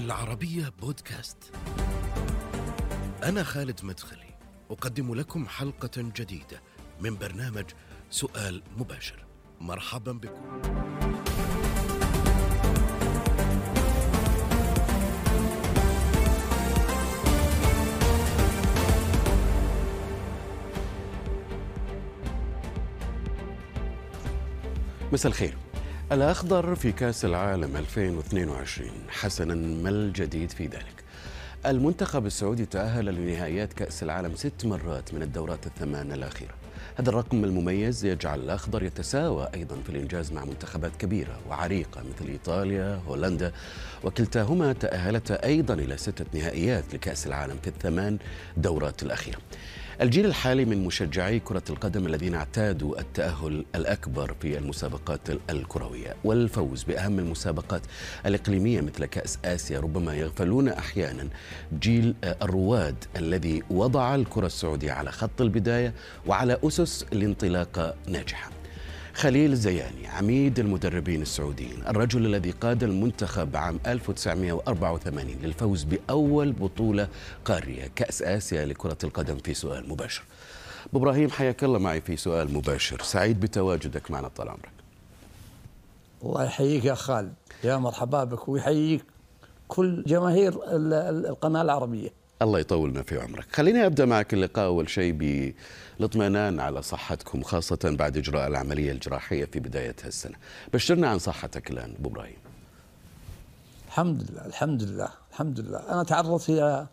العربية بودكاست. أنا خالد مدخلي أقدم لكم حلقة جديدة من برنامج سؤال مباشر. مرحبا بكم. مساء الخير. الأخضر في كأس العالم 2022 حسناً، ما الجديد في ذلك؟ المنتخب السعودي تأهل لنهائيات كأس العالم 6 مرات من الدورات الثمان الأخيرة. هذا الرقم المميز يجعل الأخضر يتساوى أيضاً في الإنجاز مع منتخبات كبيرة وعريقة مثل إيطاليا، هولندا، وكلتاهما تأهلتا أيضاً إلى 6 نهائيات لكأس العالم في ال8 دورات الأخيرة. الجيل الحالي من مشجعي كرة القدم الذين اعتادوا التأهل الأكبر في المسابقات الكروية والفوز بأهم المسابقات الإقليمية مثل كأس آسيا ربما يغفلون أحيانا جيل الرواد الذي وضع الكرة السعودية على خط البداية وعلى أسس الانطلاقة ناجحة. خليل زياني عميد المدربين السعوديين، الرجل الذي قاد المنتخب عام 1984 للفوز بأول بطولة قارية كأس آسيا لكرة القدم، في سؤال مباشر. أبو إبراهيم، حياك الله معي في سؤال مباشر، سعيد بتواجدك معنا طال عمرك. الله يحييك يا خالد، يا مرحبا بك، ويحييك كل جماهير القناة العربية. الله يطولنا في عمرك. خليني أبدأ معك اللقاء أول شيء بالاطمئنان على صحتكم، خاصة بعد إجراء العملية الجراحية في بداية هالسنة. بشرنا عن صحتك الآن أبو إبراهيم. الحمد لله الحمد لله الحمد لله. أنا تعرضت إلى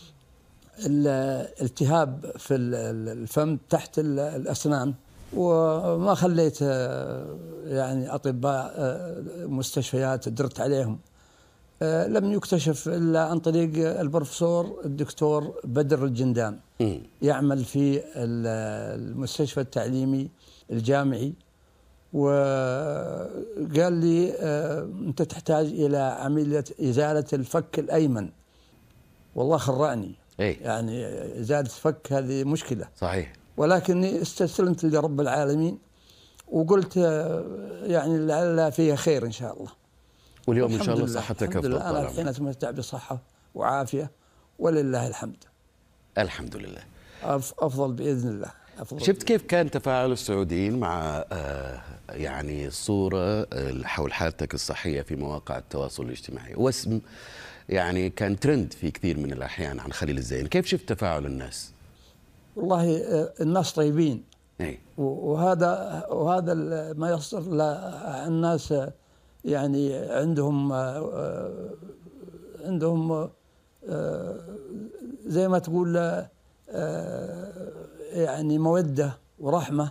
الالتهاب في الفم تحت الأسنان، وما خليت يعني أطباء مستشفيات درت عليهم. لم يكتشف إلا عن طريق البروفيسور الدكتور بدر الجندان، يعمل في المستشفى التعليمي الجامعي، وقال لي أنت تحتاج إلى عملية إزالة الفك الأيمن. والله خرعني، يعني إزالة فك هذه مشكلة صحيح، ولكني استسلمت لرب العالمين وقلت يعني لعل فيها خير إن شاء الله. واليوم إن شاء الله صحتك أفضل. أنا الحين أتمتع بصحة وعافية ولله الحمد. الحمد لله، أفضل بإذن الله. شفت كيف كان تفاعل السعوديين مع يعني الصورة حول حالتك الصحية في مواقع التواصل الاجتماعي، واسم يعني كان ترند في كثير من الأحيان عن خليل الزياني، كيف شفت تفاعل الناس؟ والله الناس طيبين، وهذا ما يصدر الناس يعني عندهم زي ما تقول يعني مودة ورحمة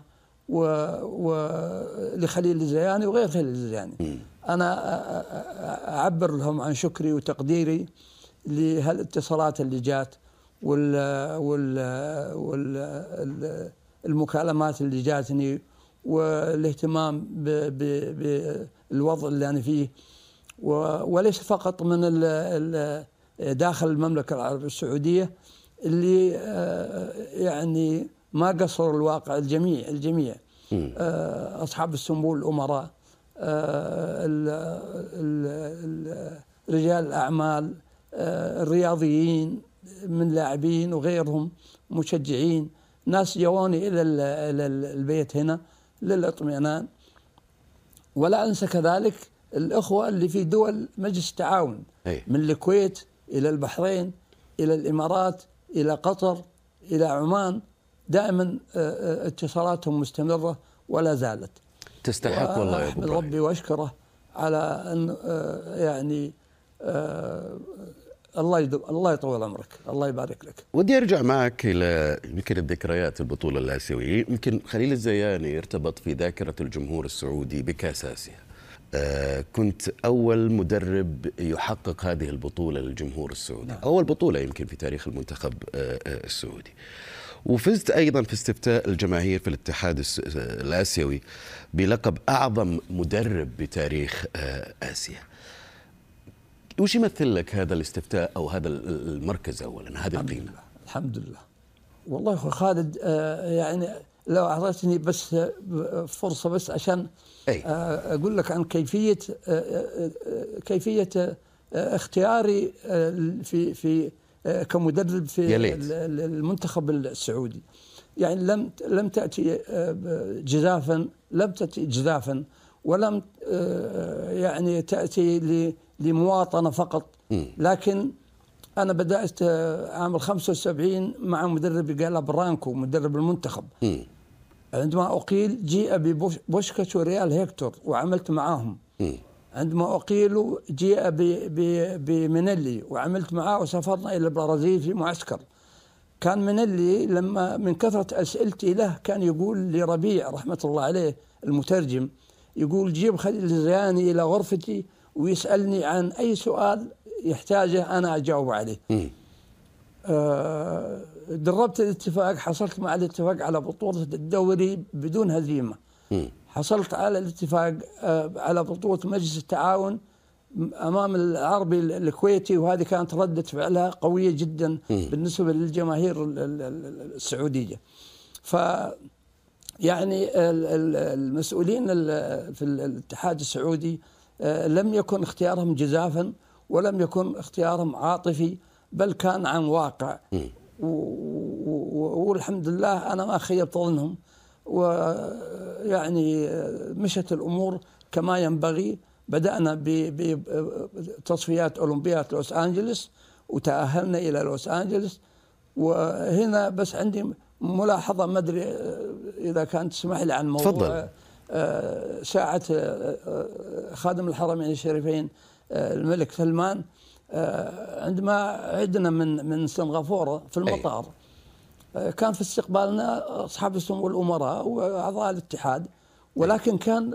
ولخليل الزياني وغير خليل الزياني. أنا أعبر لهم عن شكري وتقديري لهالاتصالات اللي جات والمكالمات اللي جاتني والاهتمام بالوضع اللي أنا فيه، وليس فقط من داخل المملكة العربية السعودية اللي يعني ما قصروا الواقع. الجميع أصحاب السمو، الأمراء، رجال الأعمال، الرياضيين من لاعبين وغيرهم، مشجعين، ناس جواني إلى البيت هنا للاطمئنان. ولا أنسى كذلك الأخوة اللي في دول مجلس التعاون، من الكويت إلى البحرين إلى الإمارات إلى قطر إلى عمان، دائما اتصالاتهم مستمرة ولا زالت. تستحق والله يا أبو إبراهيم. ربي وأشكره على أن يعني الله يطول عمرك، الله يبارك لك. ودي أرجع معك إلى يمكن الذكريات البطولة الآسيوية. يمكن خليل الزياني ارتبط في ذاكرة الجمهور السعودي بكأس آسيا. كنت أول مدرب يحقق هذه البطولة للجمهور السعودي. نعم. أول بطولة يمكن في تاريخ المنتخب السعودي، وفزت أيضا في استفتاء الجماهير في الاتحاد الآسيوي بلقب أعظم مدرب بتاريخ آسيا. وش يمثل لك هذا الاستفتاء أو هذا المركز أولا، هذه القيمة؟ الحمد لله. والله أخوي خالد، يعني لو أعطيتني بس فرصة بس عشان أقول لك عن كيفية اختياري في كمدرب في يليت. المنتخب السعودي، يعني لم تأتي جزافا، لم تأتي جزافا، ولم يعني تأتي لمواطنة فقط. لكن أنا بدأت عام 75 مع مدرب قال برانكو مدرب المنتخب. عندما أقيل جيء ببوشكاش وريال هيكتور وعملت معاهم. عندما أقيلوا جيء بمنيلي وعملت معاه وسافرنا إلى البرازيل في معسكر. كان منيلي لما من كثرة أسئلتي له كان يقول لربيع رحمة الله عليه المترجم، يقول جيب خليل الزياني إلى غرفتي ويسألني عن أي سؤال يحتاجه أنا أجاوب عليه. دربت الاتفاق، حصلت مع الاتفاق على بطولة الدوري بدون هزيمة. حصلت على الاتفاق على بطولة مجلس التعاون أمام العربي الكويتي، وهذه كانت ردة فعلها قوية جدا بالنسبة للجماهير السعودية. يعني المسؤولين في الاتحاد السعودي لم يكن اختيارهم جزافا ولم يكن اختيارهم عاطفي، بل كان عن واقع. والحمد لله أنا ما خيبت ظنهم، ويعني مشت الأمور كما ينبغي. بدأنا بتصفيات أولمبياد لوس أنجلس وتأهلنا إلى لوس أنجلس. وهنا بس عندي ملاحظة، ما أدري إذا كانت تسمح لي عن موضوع ساعة خادم الحرمين الشريفين الملك سلمان. عندما عدنا من سنغافورة في المطار، كان في استقبالنا أصحاب السمو والأمراء وأعضاء الاتحاد، ولكن كان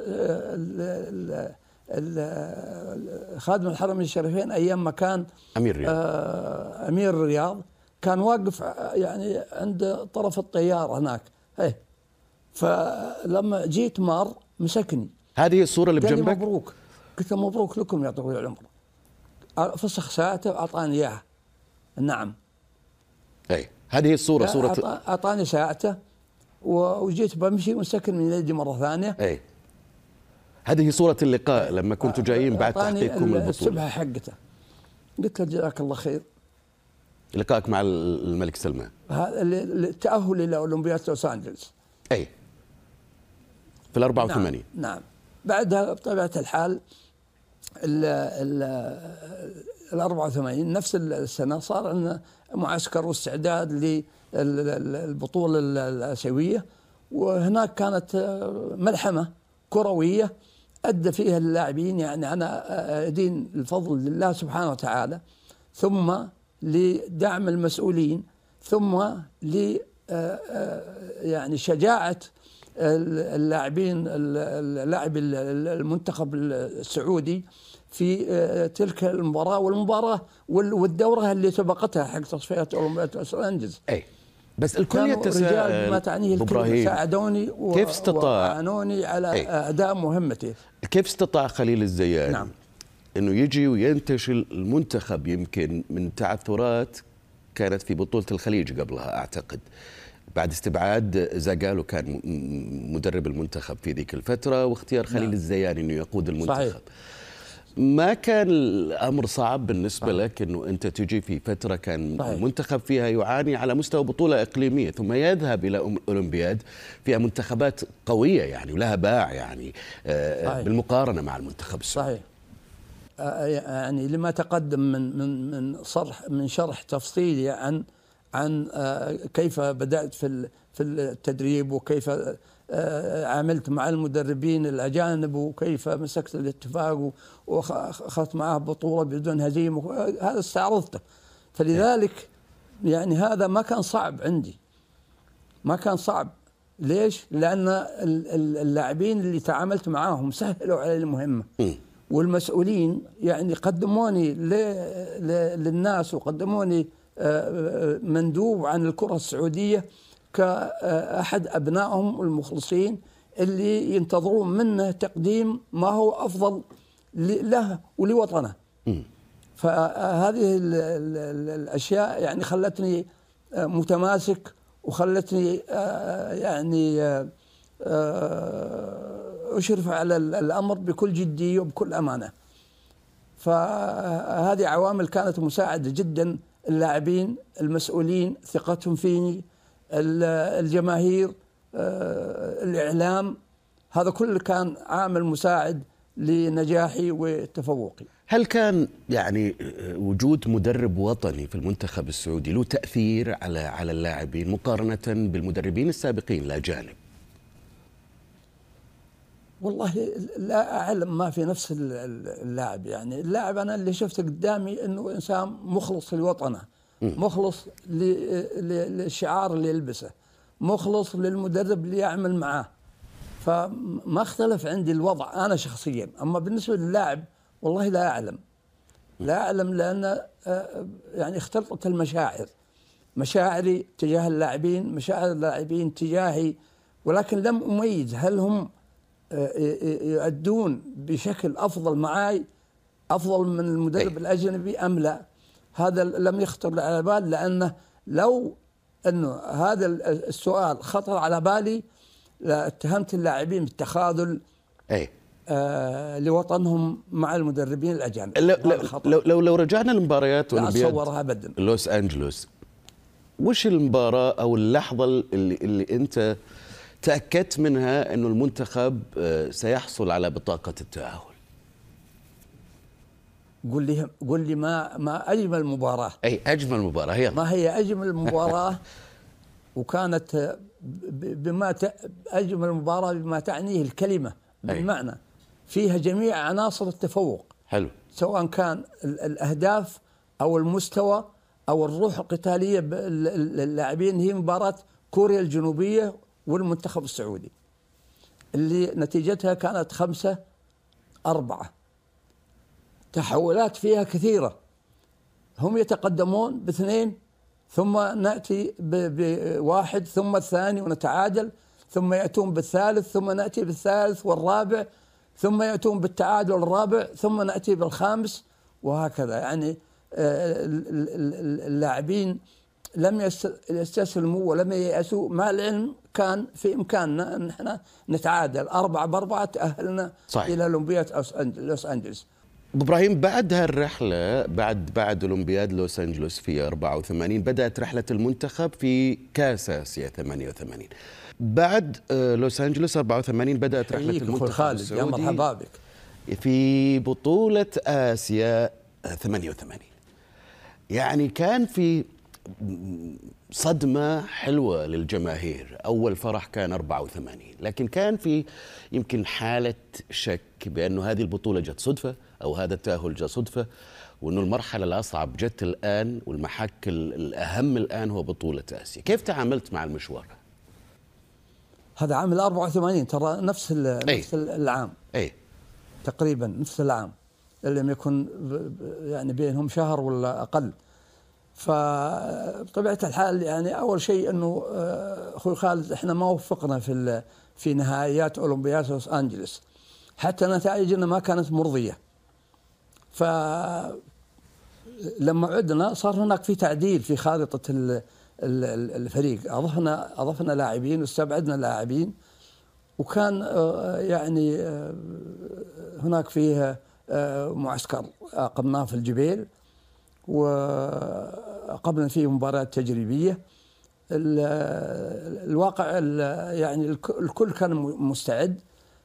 خادم الحرمين الشريفين أيام ما كان أمير الرياض كان واقف يعني عند طرف الطيارة هناك. فلما جيت مار مسكني. هذه الصورة اللي بجنبك؟ مبروك. قلت مبروك لكم يا طويل العمر. فسخ ساعته أعطاني إياها. نعم. هذه الصورة صورة أعطاني ساعته وجيت بمشي وسكن من يدي مرة ثانية. هذه صورة اللقاء لما كنتوا جايين بعد تحقيقكم البطولة. السبحة حقته. قلت له جزاك الله خير. لقائك مع الملك سلمان. هذا التأهل إلى أولمبياد لوس أنجلس. في 84. نعم. بعدها بطبيعة الحال ال 84 نفس السنة صار عندنا معسكر واستعداد للبطولة الآسيوية، وهناك كانت ملحمة كروية أدى فيها اللاعبين، يعني أنا أدين الفضل لله سبحانه وتعالى، ثم لدعم المسؤولين، ثم يعني شجاعة اللاعبين اللاعب المنتخب السعودي في تلك المباراة والدورة اللي سبقتها حق تصفيات أولمبياد لوس أنجلس. بس الكل يتساءل ما تعنيه الكل ساعدوني كيف استطاع وعانوني على أداء مهمتي. كيف استطاع خليل الزياني نعم. انه يجي وينتشل المنتخب؟ يمكن من تعثرات كانت في بطولة الخليج قبلها اعتقد، بعد استبعاد زاغالو كان مدرب المنتخب في ذيك الفترة، واختيار خليل الزياني انه يقود المنتخب. صحيح. ما كان الامر صعب بالنسبة لك انه انت تجي في فترة كان المنتخب فيها يعاني على مستوى بطولة اقليمية، ثم يذهب الى اولمبياد فيها منتخبات قوية يعني ولها باع يعني بالمقارنة مع المنتخب السعودي؟ صحيح. يعني لما تقدم من شرح تفصيلي عن كيف بدأت في التدريب، وكيف عملت مع المدربين الأجانب، وكيف مسكت الاتفاق وأخذت معه بطولة بدون هزيمة، هذا استعرضته. فلذلك يعني هذا ما كان صعب عندي، ما كان صعب. ليش؟ لأن اللاعبين اللي تعاملت معاهم سهلوا علي المهمة، والمسؤولين يعني قدموني للناس، وقدموني مندوب عن الكرة السعودية كأحد أبنائهم المخلصين اللي ينتظرون منه تقديم ما هو أفضل له ولوطنه. فهذه الأشياء يعني خلتني متماسك، وخلتني يعني أشرف على الأمر بكل جدية وبكل أمانة. فهذه عوامل كانت مساعدة جدا. اللاعبين، المسؤولين، ثقتهم فيني، الجماهير، الإعلام، هذا كله كان عامل مساعد لنجاحي وتفوقي. هل كان يعني وجود مدرب وطني في المنتخب السعودي له تأثير على اللاعبين مقارنة بالمدربين السابقين الأجانب؟ والله لا أعلم ما في نفس اللاعب. يعني اللاعب أنا اللي شفته قدامي أنه إنسان مخلص لوطنه، مخلص للشعار اللي يلبسه، مخلص للمدرب اللي يعمل معاه. فما اختلف عندي الوضع أنا شخصيا. أما بالنسبة للاعب والله لا أعلم، لا أعلم، لأن يعني اختلطت المشاعر، مشاعري تجاه اللاعبين، مشاعر اللاعبين تجاهي، ولكن لم أميز هل هم يؤدون بشكل أفضل معي، أفضل من المدرب الأجنبي أم لا. هذا لم يخطر على بال، لأنه لو أنه هذا السؤال خطر على بالي لاتهمت اللاعبين بالتخاذل لوطنهم مع المدربين الأجانب. لو رجعنا لمباريات أولمبياد لوس أنجلوس، وش المباراة أو اللحظة اللي أنت تأكدت منها أنه المنتخب سيحصل على بطاقة التأهل؟ قل لي ما أجمل مباراة. أجمل مباراة هي ما هي أجمل مباراة؟ وكانت أجمل مباراة بما تعنيه الكلمة بالمعنى، فيها جميع عناصر التفوق. حلو. سواء كان الأهداف أو المستوى أو الروح القتالية للاعبين. هي مباراة كوريا الجنوبية والمنتخب السعودي اللي نتيجتها كانت 5-4. تحولات فيها كثيرة، هم يتقدمون ب2 ثم نأتي ب1 ثم الثاني ونتعادل، ثم يأتون بالثالث ثم نأتي بالثالث والرابع، ثم يأتون بالتعادل الرابع ثم نأتي بالخامس، وهكذا. يعني اللاعبين لم يستسلموا ولم ييأسوا، مع العلم كان في إمكاننا أن احنا نتعادل 4-4 تأهلنا إلى أولمبياد لوس أنجلوس. أبو إبراهيم، بعد هالرحلة بعد أولمبياد لوس أنجلوس في 84 بدأت رحلة المنتخب في كأس آسيا 88. بعد لوس أنجلوس 84 بدأت رحلة المنتخب السعودي. يا مرحبا بك. في بطولة آسيا 88. يعني كان في صدمة حلوة للجماهير. أول فرح كان 84، لكن كان في يمكن حالة شك بأنه هذه البطولة جت صدفة أو هذا التأهل جاء صدفة، وأنه المرحلة الأصعب جت الآن والمحك الأهم الآن هو بطولة آسيا. كيف تعاملت مع المشوار؟ هذا عام 84 ترى نفس العام تقريبا نفس العام، لم يكن يعني بينهم شهر ولا أقل. فطبيعة الحال يعني أول شيء أنه أخوي خالد إحنا ما وفقنا في نهائيات أولمبياد لوس أنجلوس، حتى نتائجنا ما كانت مرضية. فلما عدنا صار هناك في تعديل في خارطة الفريق، أضفنا لاعبين واستبعدنا لاعبين، وكان يعني هناك فيه معسكر أقمناه في الجبيل وقبلنا فيه مباريات تجريبية. الواقع يعني الكل كان مستعد.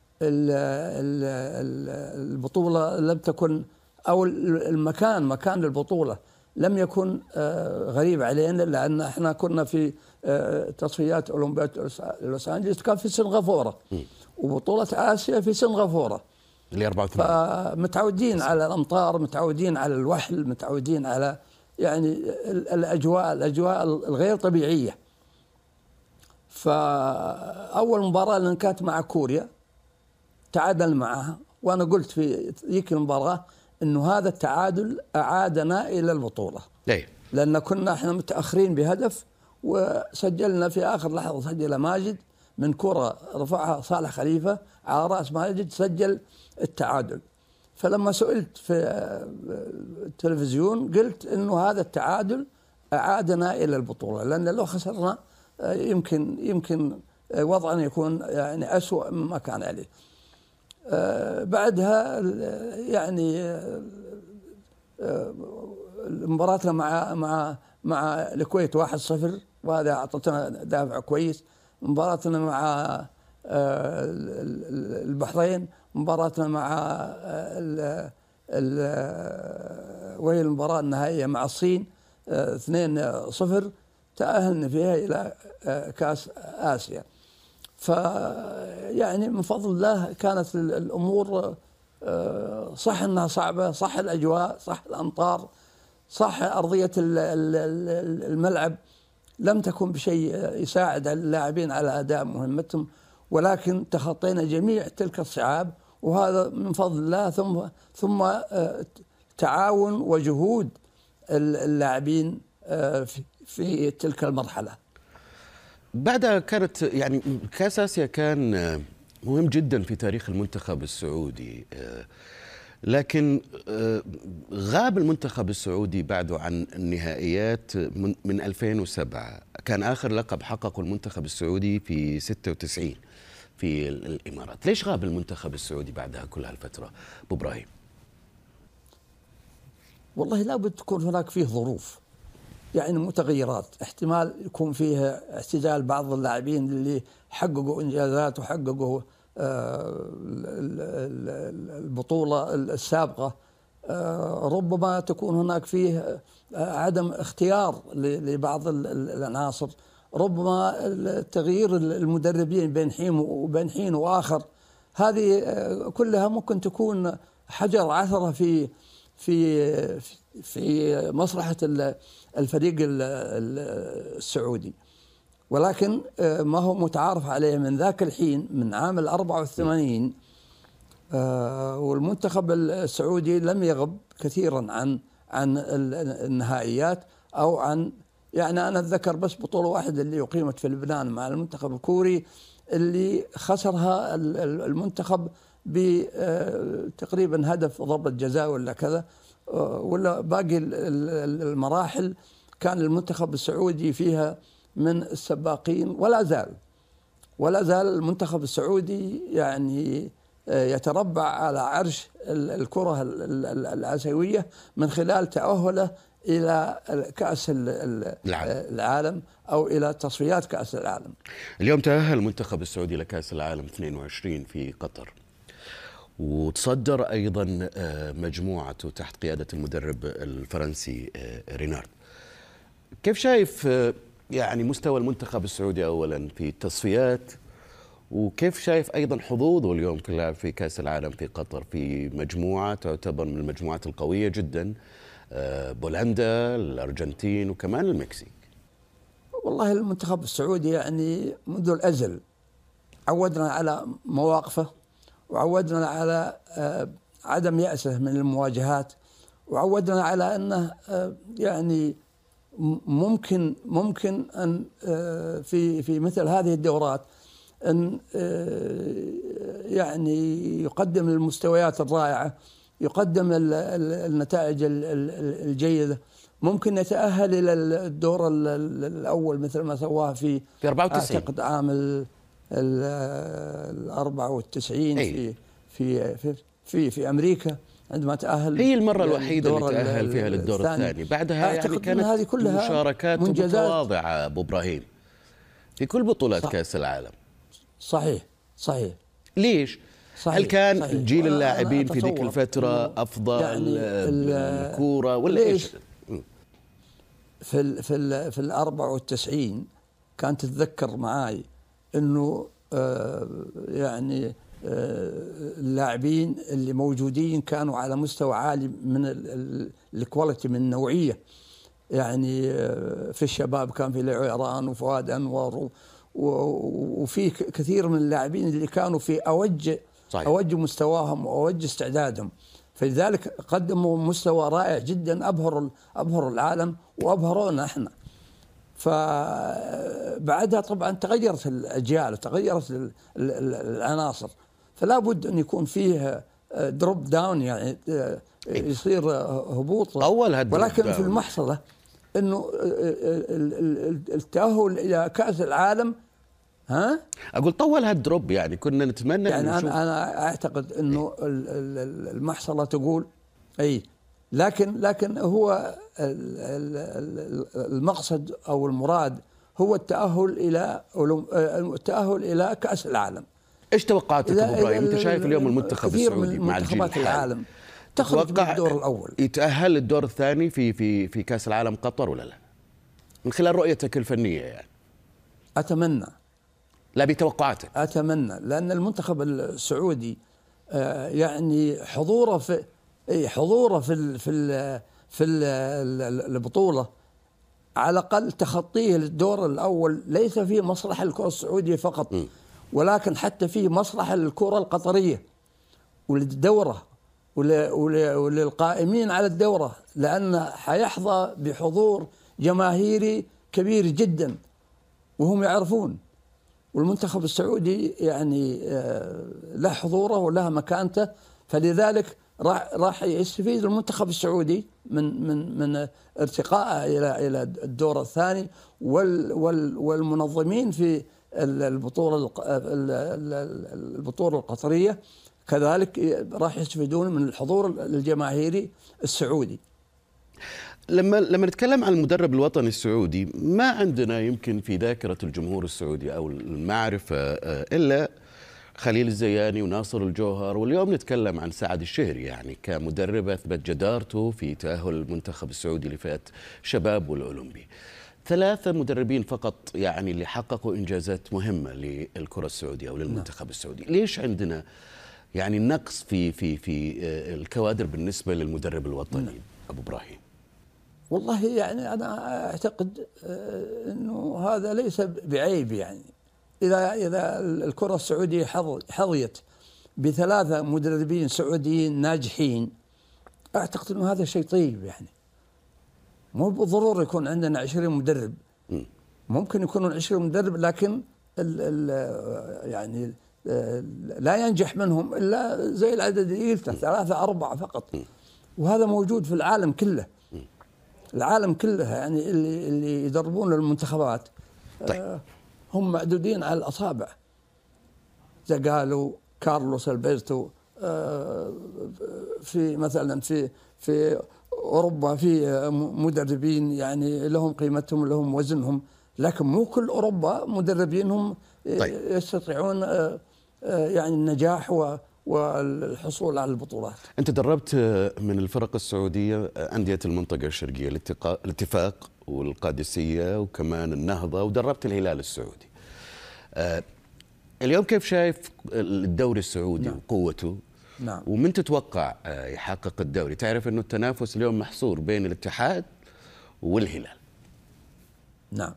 البطولة لم تكن أو مكان البطولة لم يكن غريب علينا، لأن احنا كنا في تصفيات أولمبياد لوس أنجلوس كان في سنغافورة، وبطولة آسيا في سنغافورة اللي 84. فمتعودين على الأمطار، متعودين على الوحل، متعودين على يعني الأجواء الغير طبيعية. فأول مباراة اللي كانت مع كوريا تعادل معها، وأنا قلت في ذيك المباراة إنه هذا التعادل أعادنا إلى البطولة. لأن كنا احنا متأخرين بهدف، وسجلنا في آخر لحظة سجل ماجد من كرة رفعها صالح خليفة على رأس ماجد سجل التعادل. فلما سئلت في التلفزيون قلت إنه هذا التعادل أعادنا إلى البطولة، لأن لو خسرنا يمكن وضعنا يكون يعني أسوأ مما كان عليه. بعدها يعني مباراتنا مع الكويت 1-0، وهذا أعطتنا دافع كويس. مباراتنا مع البحرين، مباراتنا مع وهي المباراة النهائية مع الصين 2-0 تأهلنا فيها إلى كأس آسيا. فيعني من فضل الله كانت الأمور صح أنها صعبة، صح الأجواء، صح الأمطار، صح أرضية الملعب لم تكن بشيء يساعد اللاعبين على أداء مهمتهم، ولكن تخطينا جميع تلك الصعاب، وهذا من فضل الله ثم تعاون وجهود اللاعبين في تلك المرحلة. بعدها كانت يعني كأس آسيا كان مهم جدا في تاريخ المنتخب السعودي، لكن غاب المنتخب السعودي بعده عن النهائيات من 2007. كان آخر لقب حققه المنتخب السعودي في 96 في الإمارات. ليش غاب المنتخب السعودي بعدها كل هالفترة أبو إبراهيم؟ والله لابد تكون هناك فيه ظروف، يعني متغيرات. احتمال يكون فيها اعتزال بعض اللاعبين اللي حققوا إنجازات وحققوا البطولة السابقة، ربما تكون هناك فيه عدم اختيار لبعض العناصر، ربما تغيير المدربين بين حين وآخر. هذه كلها ممكن تكون حجر عثرة في مصلحة الفريق السعودي. ولكن ما هو متعارف عليه من ذاك الحين من عام 84 والمنتخب السعودي لم يغب كثيرا عن النهائيات، أو عن يعني أنا أتذكر بس بطولة واحدة اللي أقيمت في لبنان مع المنتخب الكوري اللي خسرها المنتخب بتقريبا هدف ضربة جزاء ولا كذا، ولا باقي المراحل كان المنتخب السعودي فيها من السباقين، ولا زال المنتخب السعودي يعني يتربع على عرش الكرة الآسيوية من خلال تأهله إلى كأس العالم أو إلى تصفيات كأس العالم. اليوم تأهل المنتخب السعودي لكأس العالم 22 في قطر، وتصدر أيضا مجموعته تحت قيادة المدرب الفرنسي رينارد. كيف شايف يعني مستوى المنتخب السعودي أولا في التصفيات، وكيف شايف أيضا حظوظه اليوم كلاعب في كأس العالم في قطر في مجموعة تعتبر من المجموعات القوية جدا، بولندا، الأرجنتين وكمان المكسيك؟ والله المنتخب السعودي يعني منذ الأزل عودنا على مواقفه، وعودنا على عدم يأسه من المواجهات، وعودنا على أنه يعني ممكن أن في مثل هذه الدورات أن يعني يقدم المستويات الرائعة، يقدم النتائج الجيدة، ممكن يتأهل إلى الدور الأول مثل ما سواه في 94 أعتقد عام 94 في أمريكا عندما تأهل. هي المرة الوحيدة اللي تأهل فيها للدور الثاني. بعدها يعني كانت هذه كلها مشاركات متواضعة أبو إبراهيم في كل بطولات كأس العالم. صحيح. ليش؟ هل كان جيل اللاعبين في ذيك الفترة أفضل يعني الكورة ولا إيش؟ في 94 كانت تتذكر معاي إنه يعني اللاعبين اللي موجودين كانوا على مستوى عالي من الكواليتي، من النوعية. يعني في الشباب كان في العيران وفؤاد أنور وفي كثير من اللاعبين اللي كانوا في أوج مستواهم وأوج استعدادهم، فلذلك قدموا مستوى رائع جدا أبهر العالم وأبهرونا احنا. فبعدها طبعا تغيرت الأجيال وتغيرت العناصر، فلا بد أن يكون فيه دروب داون، يعني يصير هبوط. ولكن في المحصلة أنه التأهل إلى كأس العالم ها؟ اقول طول هالدروب، يعني كنا نتمنى يعني إن نشوف. انا اعتقد انه المحصله تقول اي، لكن هو المقصد او المراد هو التاهل الى كاس العالم. ايش توقعاتك ابو ابراهيم؟ انت شايف اليوم المنتخب السعودي مع الجيل منتخبات العالم تخرج من الدور الاول، يتاهل للدور الثاني في كاس العالم قطر ولا لا؟ من خلال رؤيتك الفنيه يعني. اتمنى. لا بتوقعاتك. اتمنى، لان المنتخب السعودي يعني حضوره في البطوله على الاقل تخطيه للدور الاول ليس في مصلحه الكره السعوديه فقط، ولكن حتى في مصلحه الكره القطريه وللدوره وللقائمين على الدوره، لان حيحظى بحضور جماهيري كبير جدا وهم يعرفون. والمنتخب السعودي يعني له حضوره وله مكانته، فلذلك راح يستفيد المنتخب السعودي من ارتقائه الى الدور الثاني، والمنظمين في البطوله القطريه كذلك راح يستفيدون من الحضور الجماهيري السعودي. لما نتكلم عن المدرب الوطني السعودي، ما عندنا يمكن في ذاكرة الجمهور السعودي أو المعرفة إلا خليل الزياني وناصر الجوهر، واليوم نتكلم عن سعد الشهري يعني كمدرب أثبت جدارته في تأهل المنتخب السعودي لفئة شباب والأولمبي. 3 مدربين فقط يعني اللي حققوا إنجازات مهمة للكرة السعودية أو للمنتخب السعودي. ليش عندنا يعني نقص في الكوادر بالنسبة للمدرب الوطني أبو إبراهيم؟ والله يعني أنا أعتقد أنه هذا ليس بعيب، يعني إذا الكرة السعودية حظيت ب3 مدربين سعوديين ناجحين، أعتقد أنه هذا شيء طيب. يعني مو بالضرورة يكون عندنا 20 مدرب، ممكن يكونون 20 مدرب لكن يعني لا ينجح منهم إلا زي العدد يلته 3 4 فقط، وهذا موجود في العالم كله. العالم كله يعني اللي يدربون المنتخبات طيب. هم معدودين على الأصابع. زغالو، كارلوس البرتو، في مثلا في أوروبا في مدربين يعني لهم قيمتهم ولهم وزنهم، لكن مو كل أوروبا مدربينهم طيب. يستطيعون يعني النجاح والحصول على البطولات. أنت دربت من الفرق السعودية أندية المنطقة الشرقية، الاتفاق والقادسية وكمان النهضة، ودربت الهلال السعودي. اليوم كيف شايف الدوري السعودي؟ نعم. وقوته؟ نعم. ومن تتوقع يحقق الدوري؟ تعرف أنه التنافس اليوم محصور بين الاتحاد والهلال. نعم.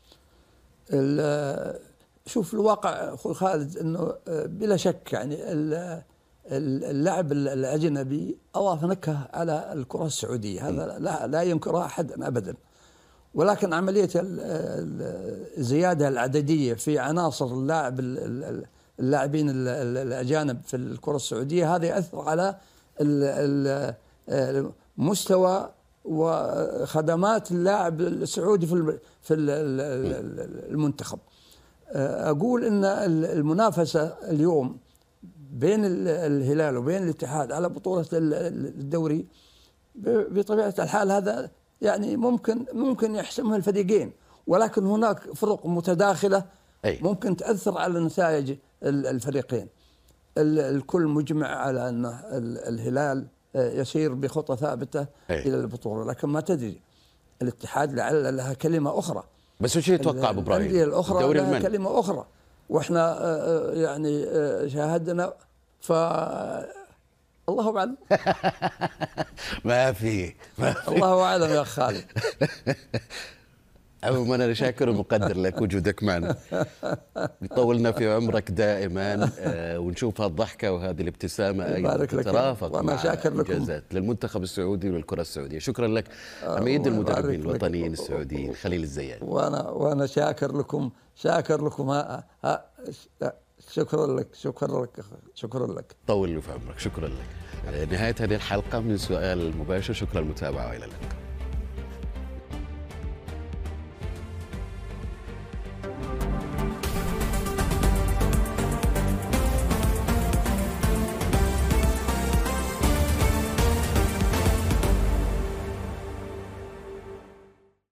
شوف الواقع أخوي خالد أنه بلا شك يعني اللاعب الأجنبي أضاف نكهة على الكرة السعودية، هذا لا ينكرها أحد أبدا، ولكن عملية الزيادة العددية في عناصر اللاعبين الأجانب في الكرة السعودية هذا يأثر على مستوى وخدمات اللاعب السعودي في المنتخب. أقول أن المنافسة اليوم بين الهلال وبين الاتحاد على بطولة الدوري بطبيعة الحال هذا يعني ممكن يحسمها الفريقين، ولكن هناك فرق متداخلة ممكن تأثر على نتائج الفريقين. الكل مجمع على أن الهلال يسير بخطة ثابتة إلى البطولة، لكن ما تدري الاتحاد لعل لها كلمة أخرى. بس وش يتوقع ابو ابراهيم؟ الأندية الأخرى لها كلمة أخرى، وإحنا يعني شاهدنا الله أعلم. ما في الله أعلم يا خالد. عموما أنا شاكر ومقدر لك وجودك معنا، يطولنا في عمرك دائما، ونشوف هالضحكة وهذه الابتسامة أيضا تترافق مع إنجازات للمنتخب السعودي والكرة السعودية. شكرا لك عميد المدربين الوطنيين السعوديين خليل الزياني. وأنا شاكر لكم شكرا لك. طول لي في عمرك. شكرا لك. نهاية هذه الحلقة من سؤال مباشر. شكرا للمتابعة وإلى اللقاء.